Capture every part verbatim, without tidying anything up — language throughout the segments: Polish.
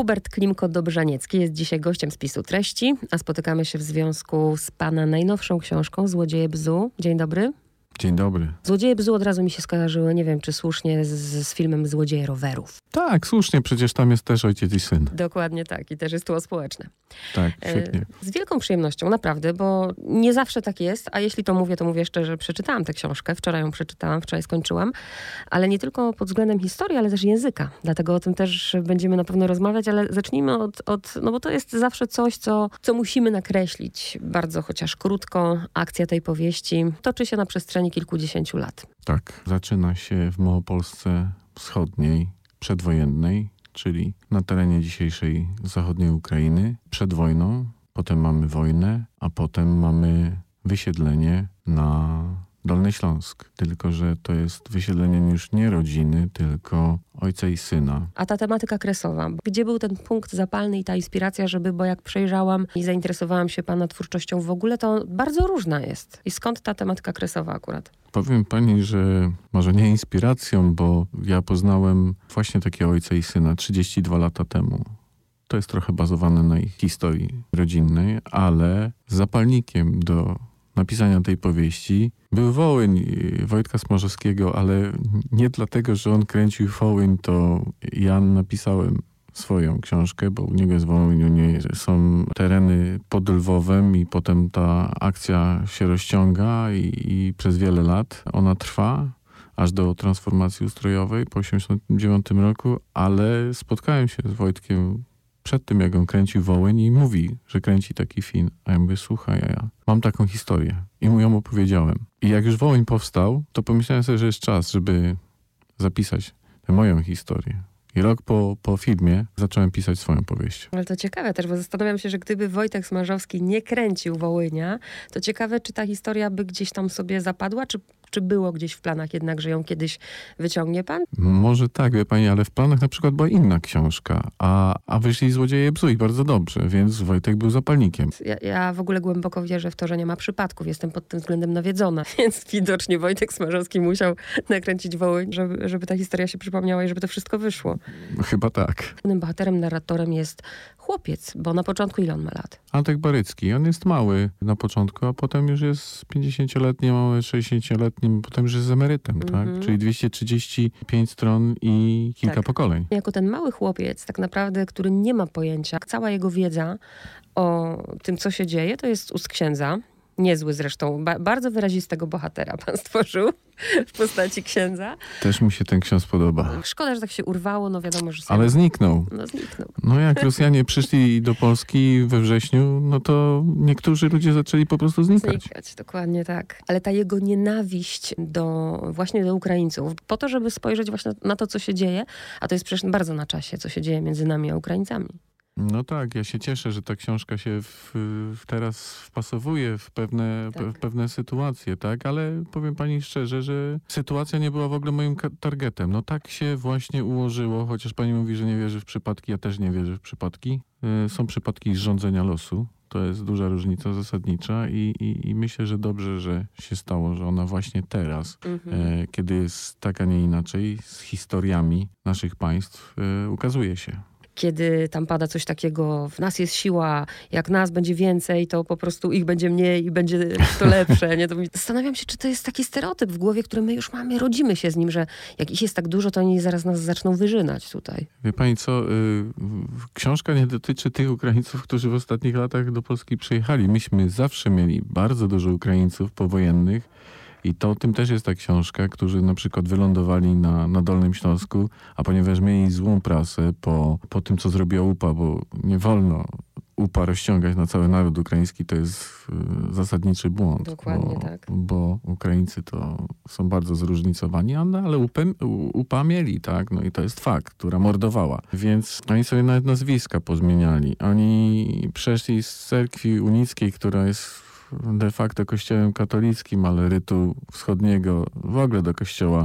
Hubert Klimko-Dobrzaniecki jest dzisiaj gościem Spisu Treści, a spotykamy się w związku z pana najnowszą książką Złodzieje Bzu. Dzień dobry. Dzień dobry. Złodzieje Bzu od razu mi się skojarzyły, nie wiem czy słusznie, z, z filmem Złodzieje Rowerów. Tak, słusznie, przecież tam jest też ojciec i syn. Dokładnie tak i też jest tło społeczne. Tak, świetnie. E, z wielką przyjemnością, naprawdę, bo nie zawsze tak jest, a jeśli to mówię, to mówię szczerze, przeczytałam tę książkę, wczoraj ją przeczytałam, wczoraj skończyłam, ale nie tylko pod względem historii, ale też języka. Dlatego o tym też będziemy na pewno rozmawiać, ale zacznijmy od, od no bo to jest zawsze coś, co, co musimy nakreślić bardzo, chociaż krótko. Akcja tej powieści toczy się na przestrzeni kilkudziesięciu lat. Tak, zaczyna się w Małopolsce Wschodniej, przedwojennej, czyli na terenie dzisiejszej zachodniej Ukrainy, przed wojną. Potem mamy wojnę, a potem mamy wysiedlenie na Dolny Śląsk. Tylko że to jest wysiedlenie już nie rodziny, tylko ojca i syna. A ta tematyka kresowa, gdzie był ten punkt zapalny i ta inspiracja, żeby, bo jak przejrzałam i zainteresowałam się pana twórczością w ogóle, to bardzo różna jest. I skąd ta tematyka kresowa akurat? Powiem pani, że może nie inspiracją, bo ja poznałem właśnie takiego ojca i syna trzydzieści dwa lata temu. To jest trochę bazowane na ich historii rodzinnej, ale zapalnikiem do napisania tej powieści był Wołyń Wojtka Smarzowskiego, ale nie dlatego, że on kręcił Wołyń, to ja napisałem swoją książkę, bo u niego jest w Wołyniu, nie są tereny pod Lwowem i potem ta akcja się rozciąga i, i przez wiele lat ona trwa, aż do transformacji ustrojowej po osiemdziesiątym dziewiątym roku, ale spotkałem się z Wojtkiem przed tym, jak on kręcił Wołyń i mówi, że kręci taki film. A ja mówię, słuchaj, ja mam taką historię. I mu ją opowiedziałem. I jak już Wołyń powstał, to pomyślałem sobie, że jest czas, żeby zapisać tę moją historię. I rok po, po filmie zacząłem pisać swoją powieść. Ale to ciekawe też, bo zastanawiam się, że gdyby Wojtek Smarzowski nie kręcił Wołynia, to ciekawe, czy ta historia by gdzieś tam sobie zapadła, czy, czy było gdzieś w planach jednak, że ją kiedyś wyciągnie pan? Może tak, wie pani, ale w planach na przykład była inna książka, a, a wyszli Złodzieje Bzu i bardzo dobrze, więc Wojtek był zapalnikiem. Ja, ja w ogóle głęboko wierzę w to, że nie ma przypadków. Jestem pod tym względem nawiedzona, więc widocznie Wojtek Smarzowski musiał nakręcić Wołyń, żeby, żeby ta historia się przypomniała i żeby to wszystko wyszło. Chyba tak. Głównym bohaterem, narratorem jest chłopiec, bo na początku ile on ma lat? Antek Barycki. On jest mały na początku, a potem już jest pięćdziesięcioletnim, mały sześćdziesięcioletnim, potem już jest z emerytem, mm-hmm. tak? Czyli dwieście trzydzieści pięć stron i kilka tak. pokoleń. Jako ten mały chłopiec, tak naprawdę, który nie ma pojęcia, cała jego wiedza o tym, co się dzieje, to jest ust księdza. Niezły zresztą, ba- bardzo wyrazistego bohatera pan stworzył w postaci księdza. Też mi się ten ksiądz podoba. Szkoda, że tak się urwało, no wiadomo, że... Sobie... Ale zniknął. No zniknął. No jak Rosjanie przyszli do Polski we wrześniu, no to niektórzy ludzie zaczęli po prostu znikać. Znikać, dokładnie tak. Ale ta jego nienawiść do, właśnie do Ukraińców, po to, żeby spojrzeć właśnie na to, co się dzieje, a to jest przecież bardzo na czasie, co się dzieje między nami a Ukraińcami. No tak, ja się cieszę, że ta książka się w, w teraz wpasowuje w pewne, tak. pe, w pewne sytuacje, tak? Ale powiem pani szczerze, że sytuacja nie była w ogóle moim targetem. No tak się właśnie ułożyło, chociaż pani mówi, że nie wierzy w przypadki, ja też nie wierzę w przypadki. Yy, są przypadki zrządzenia losu. To jest duża różnica zasadnicza i, i, i myślę, że dobrze, że się stało, że ona właśnie teraz, mhm. e, kiedy jest tak, a nie inaczej, z historiami naszych państw e, ukazuje się. Kiedy tam pada coś takiego, w nas jest siła, jak nas będzie więcej, to po prostu ich będzie mniej i będzie to lepsze. Nie? To zastanawiam się, czy to jest taki stereotyp w głowie, który my już mamy, rodzimy się z nim, że jak ich jest tak dużo, to oni zaraz nas zaczną wyżynać tutaj. Wie pani co, y, książka nie dotyczy tych Ukraińców, którzy w ostatnich latach do Polski przyjechali. Myśmy zawsze mieli bardzo dużo Ukraińców powojennych, i to tym też jest ta książka, którzy na przykład wylądowali na, na Dolnym Śląsku, a ponieważ mieli złą prasę po, po tym, co zrobiła U P A, bo nie wolno U P A rozciągać na cały naród ukraiński, to jest y, zasadniczy błąd. Dokładnie bo, tak. Bo Ukraińcy to są bardzo zróżnicowani, ale U P A, U P A mieli, tak? No i to jest fakt, która mordowała. Więc oni sobie nawet nazwiska pozmieniali. Oni przeszli z cerkwi unickiej, która jest de facto kościołem katolickim, ale rytu wschodniego, w ogóle do kościoła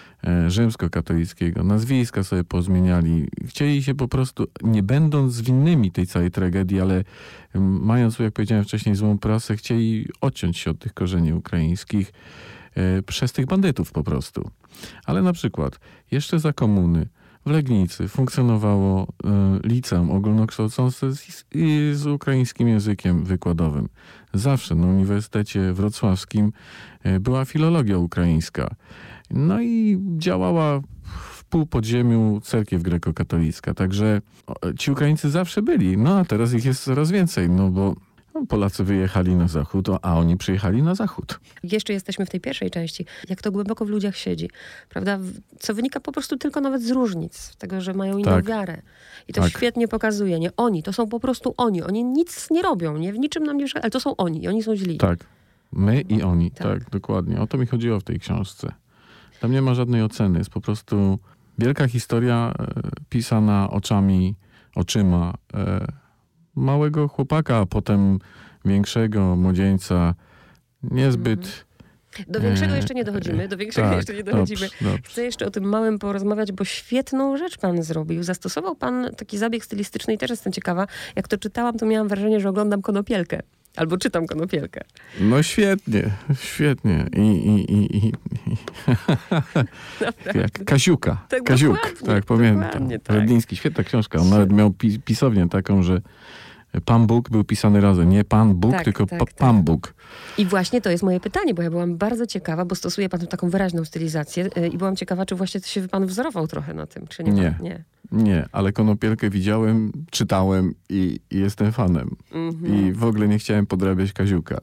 e, rzymskokatolickiego. Nazwiska sobie pozmieniali. Chcieli się po prostu, nie będąc winnymi tej całej tragedii, ale m, mając, jak powiedziałem wcześniej, złą prasę, chcieli odciąć się od tych korzeni ukraińskich e, przez tych bandytów po prostu. Ale na przykład, jeszcze za komuny w Legnicy funkcjonowało y, liceum ogólnokształcące z, i z ukraińskim językiem wykładowym. Zawsze na Uniwersytecie Wrocławskim y, była filologia ukraińska. No i działała w półpodziemiu cerkiew grekokatolicka. Także o, ci Ukraińcy zawsze byli. No a teraz ich jest coraz więcej, no bo no, Polacy wyjechali na zachód, a oni przyjechali na zachód. Jeszcze jesteśmy w tej pierwszej części, jak to głęboko w ludziach siedzi, prawda? Co wynika po prostu tylko nawet z różnic, tego, że mają inną Tak. wiarę. I to Tak. świetnie pokazuje, nie? Oni, to są po prostu oni. Oni nic nie robią, nie? W niczym nam nie przeszkadzają, ale to są oni i oni są źli. Tak. My i oni. Tak. Tak. dokładnie. O to mi chodziło w tej książce. Tam nie ma żadnej oceny. Jest po prostu wielka historia e, pisana oczami, oczyma e, małego chłopaka, a potem większego młodzieńca. Niezbyt... Do większego e, jeszcze nie dochodzimy, do większego tak, jeszcze nie dochodzimy. Dobrze, dobrze. Chcę jeszcze o tym małym porozmawiać, bo świetną rzecz pan zrobił. Zastosował pan taki zabieg stylistyczny i też jestem ciekawa. Jak to czytałam, to miałam wrażenie, że oglądam Konopielkę. Albo czytam Konopielkę. No świetnie, świetnie. I, i, i, i, i. Jak Kaziuka. Tak, Kaziuk, dokładnie, tak pamiętam. dokładnie tak. Redliński, świetna książka. On nawet miał pi- pisownię taką, że Pan Bóg był pisany razem. Nie Pan Bóg, Tak, tylko tak, pa- tak. Pan Bóg. I właśnie to jest moje pytanie, bo ja byłam bardzo ciekawa, bo stosuje pan tu taką wyraźną stylizację yy, i byłam ciekawa, czy właśnie się pan wzorował trochę na tym, czy nie? Nie. nie. Nie, ale Konopielkę widziałem, czytałem i, i jestem fanem. Mhm. I w ogóle nie chciałem podrabiać Kaziuka.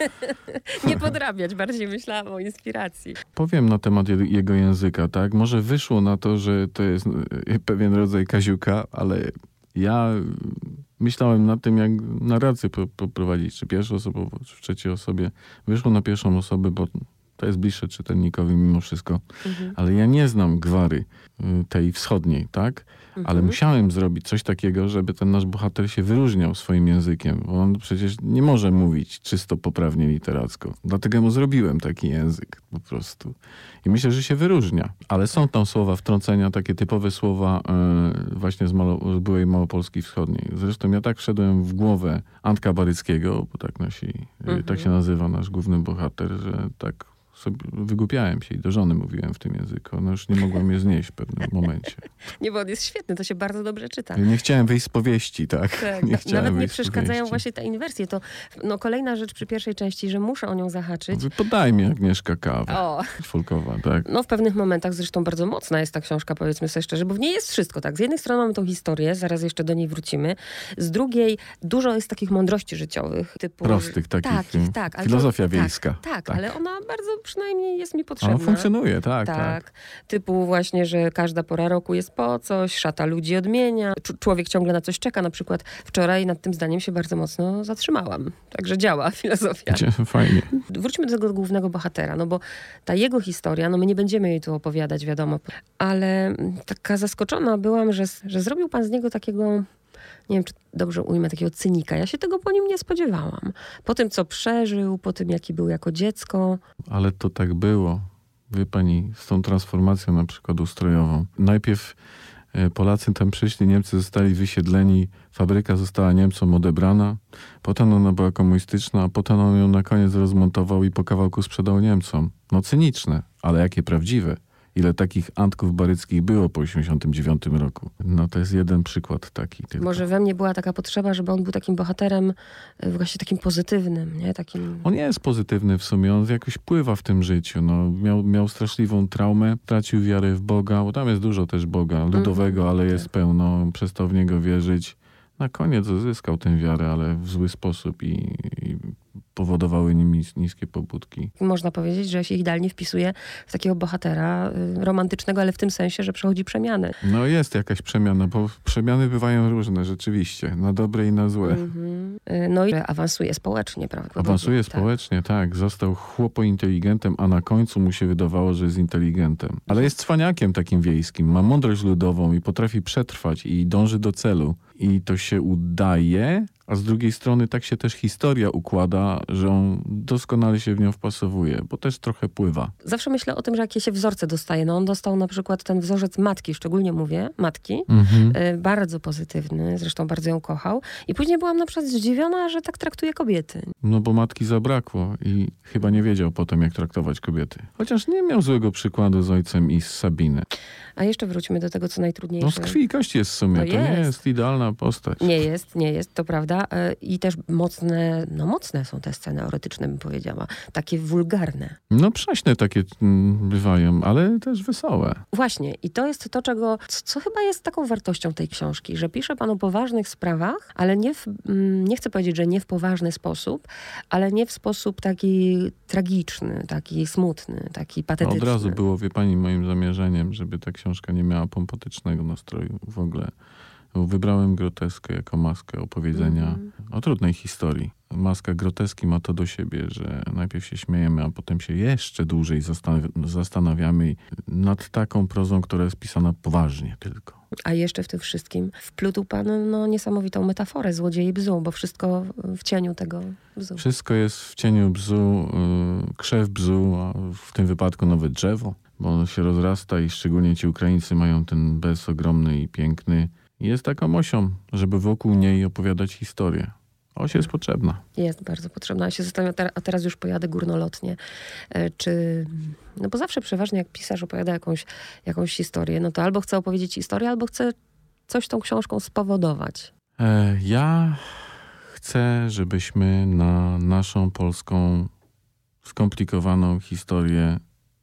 Nie podrabiać, bardziej myślałam o inspiracji. Powiem na temat je- jego języka, tak? Może wyszło na to, że to jest e, pewien rodzaj Kaziuka, ale ja myślałem nad tym, jak narrację po- poprowadzić, czy pierwszoosobowo, czy w trzeciej osobie. Wyszło na pierwszą osobę, bo to jest bliższe czytelnikowi mimo wszystko. Mhm. Ale ja nie znam gwary y, tej wschodniej, tak? Ale Mhm. musiałem zrobić coś takiego, żeby ten nasz bohater się wyróżniał swoim językiem. Bo on przecież nie może mówić czysto poprawnie literacko. Dlatego mu zrobiłem taki język po prostu. I myślę, że się wyróżnia. Ale są tam słowa wtrącenia, takie typowe słowa y, właśnie z, Malo- z byłej Małopolski Wschodniej. Zresztą ja tak wszedłem w głowę Antka Baryckiego, bo tak nosi, y, Mhm. tak się nazywa nasz główny bohater, że tak sobie wygłupiałem się i do żony mówiłem w tym języku. Ona już nie mogła mnie znieść w pewnym momencie. Nie, bo on jest świetny, to się bardzo dobrze czyta. Ja nie chciałem wyjść z powieści, tak? Tak, nie na- chciałem nawet nie wyjść z przeszkadzają powieści. właśnie te inwersje. To no, kolejna rzecz przy pierwszej części, że muszę o nią zahaczyć. Podaj mi Agnieszka kawę. O, Folkowa, tak? no w pewnych momentach zresztą bardzo mocna jest ta książka, powiedzmy sobie szczerze, bo w niej jest wszystko, tak? Z jednej strony mamy tą historię, zaraz jeszcze do niej wrócimy. Z drugiej dużo jest takich mądrości życiowych. Typu, Prostych takich. Takich, tak. ale to- Filozofia tak, wiejska. Tak, tak, ale ona bardzo przynajmniej jest mi potrzebna. Ona funkcjonuje, tak, tak. Tak, typu właśnie, że każda pora roku jest po coś, szata ludzi odmienia, Cz- człowiek ciągle na coś czeka. Na przykład wczoraj nad tym zdaniem się bardzo mocno zatrzymałam. Także działa filozofia. Cie- Fajnie. Wróćmy do tego głównego bohatera, no bo ta jego historia, no my nie będziemy jej tu opowiadać, wiadomo, ale taka zaskoczona byłam, że, że zrobił pan z niego takiego, nie wiem, czy dobrze ujmę, takiego cynika. Ja się tego po nim nie spodziewałam. Po tym, co przeżył, po tym, jaki był jako dziecko. Ale to tak było. Wie pani, z tą transformacją na przykład ustrojową. Najpierw e, Polacy tam przyszli, Niemcy zostali wysiedleni, fabryka została Niemcom odebrana, potem ona była komunistyczna, a potem on ją na koniec rozmontował i po kawałku sprzedał Niemcom. No cyniczne, ale jakie prawdziwe. Ile takich Antków Baryckich było po osiemdziesiątym dziewiątym roku. No to jest jeden przykład taki tylko. Może we mnie była taka potrzeba, żeby on był takim bohaterem y, właśnie takim pozytywnym, nie? Takim... On jest pozytywny w sumie, on jakoś pływa w tym życiu. No, miał, miał straszliwą traumę, tracił wiarę w Boga, bo tam jest dużo też Boga ludowego, ale jest pełno, przestał w niego wierzyć. Na koniec uzyskał tę wiarę, ale w zły sposób i, i powodowały nim nis- niskie pobudki. Można powiedzieć, że się idealnie wpisuje w takiego bohatera y, romantycznego, ale w tym sensie, że przechodzi przemiany. No jest jakaś przemiana, bo przemiany bywają różne rzeczywiście, na dobre i na złe. Mhm. Y, No i awansuje społecznie, prawda? Awansuje Tak. społecznie, tak. Został chłopo-inteligentem, a na końcu mu się wydawało, że jest inteligentem. Ale jest cwaniakiem takim wiejskim, ma mądrość ludową i potrafi przetrwać i dąży do celu. I to się udaje, A z drugiej strony tak się też historia układa, że on doskonale się w nią wpasowuje, bo też trochę pływa. Zawsze myślę o tym, że jakie się wzorce dostaje. No on dostał na przykład ten wzorzec matki, szczególnie mówię, matki, Mhm. y, bardzo pozytywny, zresztą bardzo ją kochał. I później byłam na przykład zdziwiona, że tak traktuje kobiety. No bo matki zabrakło i chyba nie wiedział potem, jak traktować kobiety. Chociaż nie miał złego przykładu z ojcem i z Sabiny. A jeszcze wróćmy do tego, co najtrudniejsze. No z krwi i kości jest w sumie, No to nie jest. jest idealna postać. Nie jest, nie jest, to prawda. Y, I też mocne, no mocne są te sceny erotyczne, bym powiedziała. Takie wulgarne. No prześne takie mm, bywają, ale też wesołe. Właśnie. I to jest to, czego, co, co chyba jest taką wartością tej książki, że pisze pan o poważnych sprawach, ale nie w, mm, nie chcę powiedzieć, że nie w poważny sposób, ale nie w sposób taki tragiczny, taki smutny, taki A patetyczny. od razu było, wie pani, moim zamierzeniem, żeby ta książka nie miała pompatycznego nastroju w ogóle. Wybrałem groteskę jako maskę opowiedzenia Mhm. o trudnej historii. Maska groteski ma to do siebie, że najpierw się śmiejemy, a potem się jeszcze dłużej zastanawi- zastanawiamy nad taką prozą, która jest pisana poważnie tylko. A jeszcze w tym wszystkim wplótł pan no, niesamowitą metaforę złodziei bzu, bo wszystko w cieniu tego bzu. Wszystko jest w cieniu bzu, yy, krzew bzu, a w tym wypadku nawet drzewo, bo ono się rozrasta i szczególnie ci Ukraińcy mają ten bez ogromny i piękny. Jest taką osią, żeby wokół niej opowiadać historię. Oś jest potrzebna. Jest bardzo potrzebna. Ja się zastanawiam, a teraz już pojadę górnolotnie. E, Czy... No bo zawsze przeważnie jak pisarz opowiada jakąś, jakąś historię, no to albo chce opowiedzieć historię, albo chce coś tą książką spowodować. E, ja chcę, żebyśmy na naszą polską skomplikowaną historię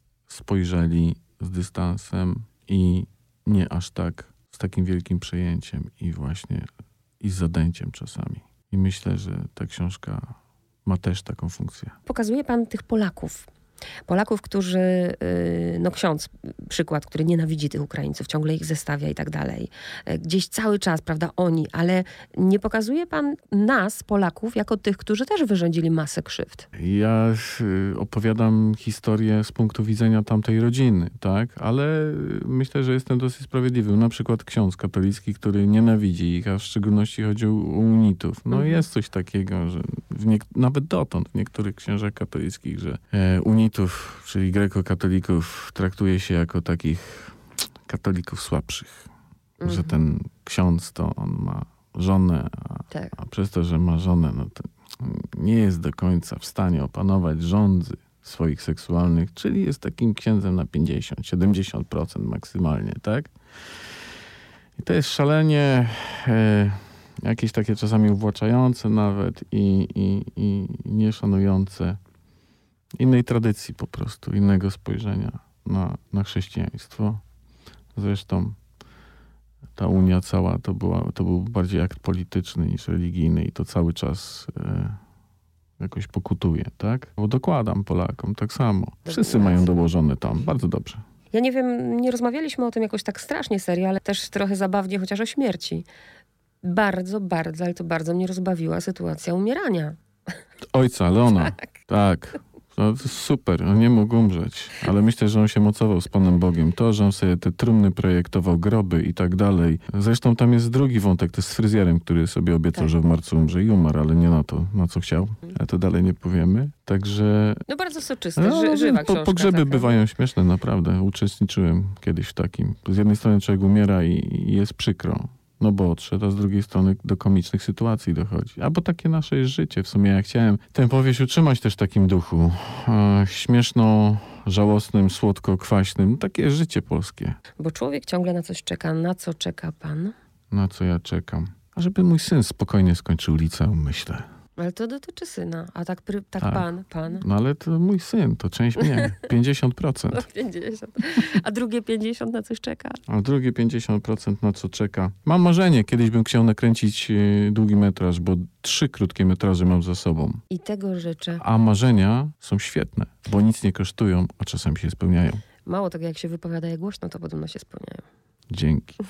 spojrzeli z dystansem i nie aż tak z takim wielkim przejęciem i właśnie i z zadęciem czasami. I myślę, że ta książka ma też taką funkcję. Pokazuje pan tych Polaków. Polaków, którzy, yy, no ksiądz, przykład, który nienawidzi tych Ukraińców, ciągle ich zestawia i tak dalej. Yy, Gdzieś cały czas, prawda, oni, ale nie pokazuje pan nas, Polaków, jako tych, którzy też wyrządzili masę krzywd. Ja y, opowiadam historię z punktu widzenia tamtej rodziny, tak? Ale y, myślę, że jestem dosyć sprawiedliwy. Na przykład ksiądz katolicki, który nienawidzi ich, a w szczególności chodzi o unitów. No Mhm. jest coś takiego, że w niek- nawet dotąd w niektórych księżach katolickich, że e, unitów, czyli grekokatolików, traktuje się jako takich katolików słabszych. Mhm. Że ten ksiądz to on ma żonę, a Tak. a przez to, że ma żonę, no to nie jest do końca w stanie opanować żądzy swoich seksualnych, czyli jest takim księdzem na pięćdziesiąt do siedemdziesięciu procent maksymalnie, tak? I to jest szalenie e, jakieś takie czasami uwłaczające nawet i, i, i nieszanujące innej tradycji po prostu, innego spojrzenia na, na chrześcijaństwo. Zresztą ta Unia cała to, była, to był bardziej akt polityczny niż religijny i to cały czas e, jakoś pokutuje, tak? Bo dokładam Polakom tak samo. Wszyscy mają dołożone tam. Bardzo dobrze. Ja nie wiem, nie rozmawialiśmy o tym jakoś tak strasznie serio, ale też trochę zabawnie, chociaż o śmierci. Bardzo, bardzo, ale to bardzo mnie rozbawiła sytuacja umierania. Ojca, Leona. Tak. No, to jest super, on nie mógł umrzeć, ale myślę, że on się mocował z Panem Bogiem. To, że on sobie te trumny projektował, groby i tak dalej. Zresztą tam jest drugi wątek, to jest z fryzjerem, który sobie obiecał, Tak. że w marcu umrze i umarł, ale nie na to, na co chciał. A to dalej nie powiemy. Także No bardzo soczyste, no, ży, żywa po, książka. pogrzeby taka. bywają śmieszne, naprawdę. Uczestniczyłem kiedyś w takim. Z jednej strony człowiek umiera i, i jest przykro. No bo odszedł, a z drugiej strony do komicznych sytuacji dochodzi. A bo takie nasze jest życie. W sumie ja chciałem tę powieść utrzymać też w takim duchu. E, śmieszno, żałosnym, słodko-kwaśnym. Takie jest życie polskie. Bo człowiek ciągle na coś czeka. Na co czeka pan? Na co ja czekam? A żeby mój syn spokojnie skończył liceum, myślę. Ale to dotyczy syna. A tak, pry, tak, Tak. pan, pan. No ale to mój syn, to część mnie. pięćdziesiąt procent. No pięćdziesiąt. A drugie pięćdziesiąt na coś czeka. A drugie pięćdziesiąt procent na co czeka. Mam marzenie, kiedyś bym chciał nakręcić e, długi metraż, bo trzy krótkie metraże mam za sobą. I tego życzę. A marzenia są świetne, bo nic nie kosztują, a czasami się spełniają. Mało tego, jak się wypowiada je głośno, to podobno się spełniają. Dzięki.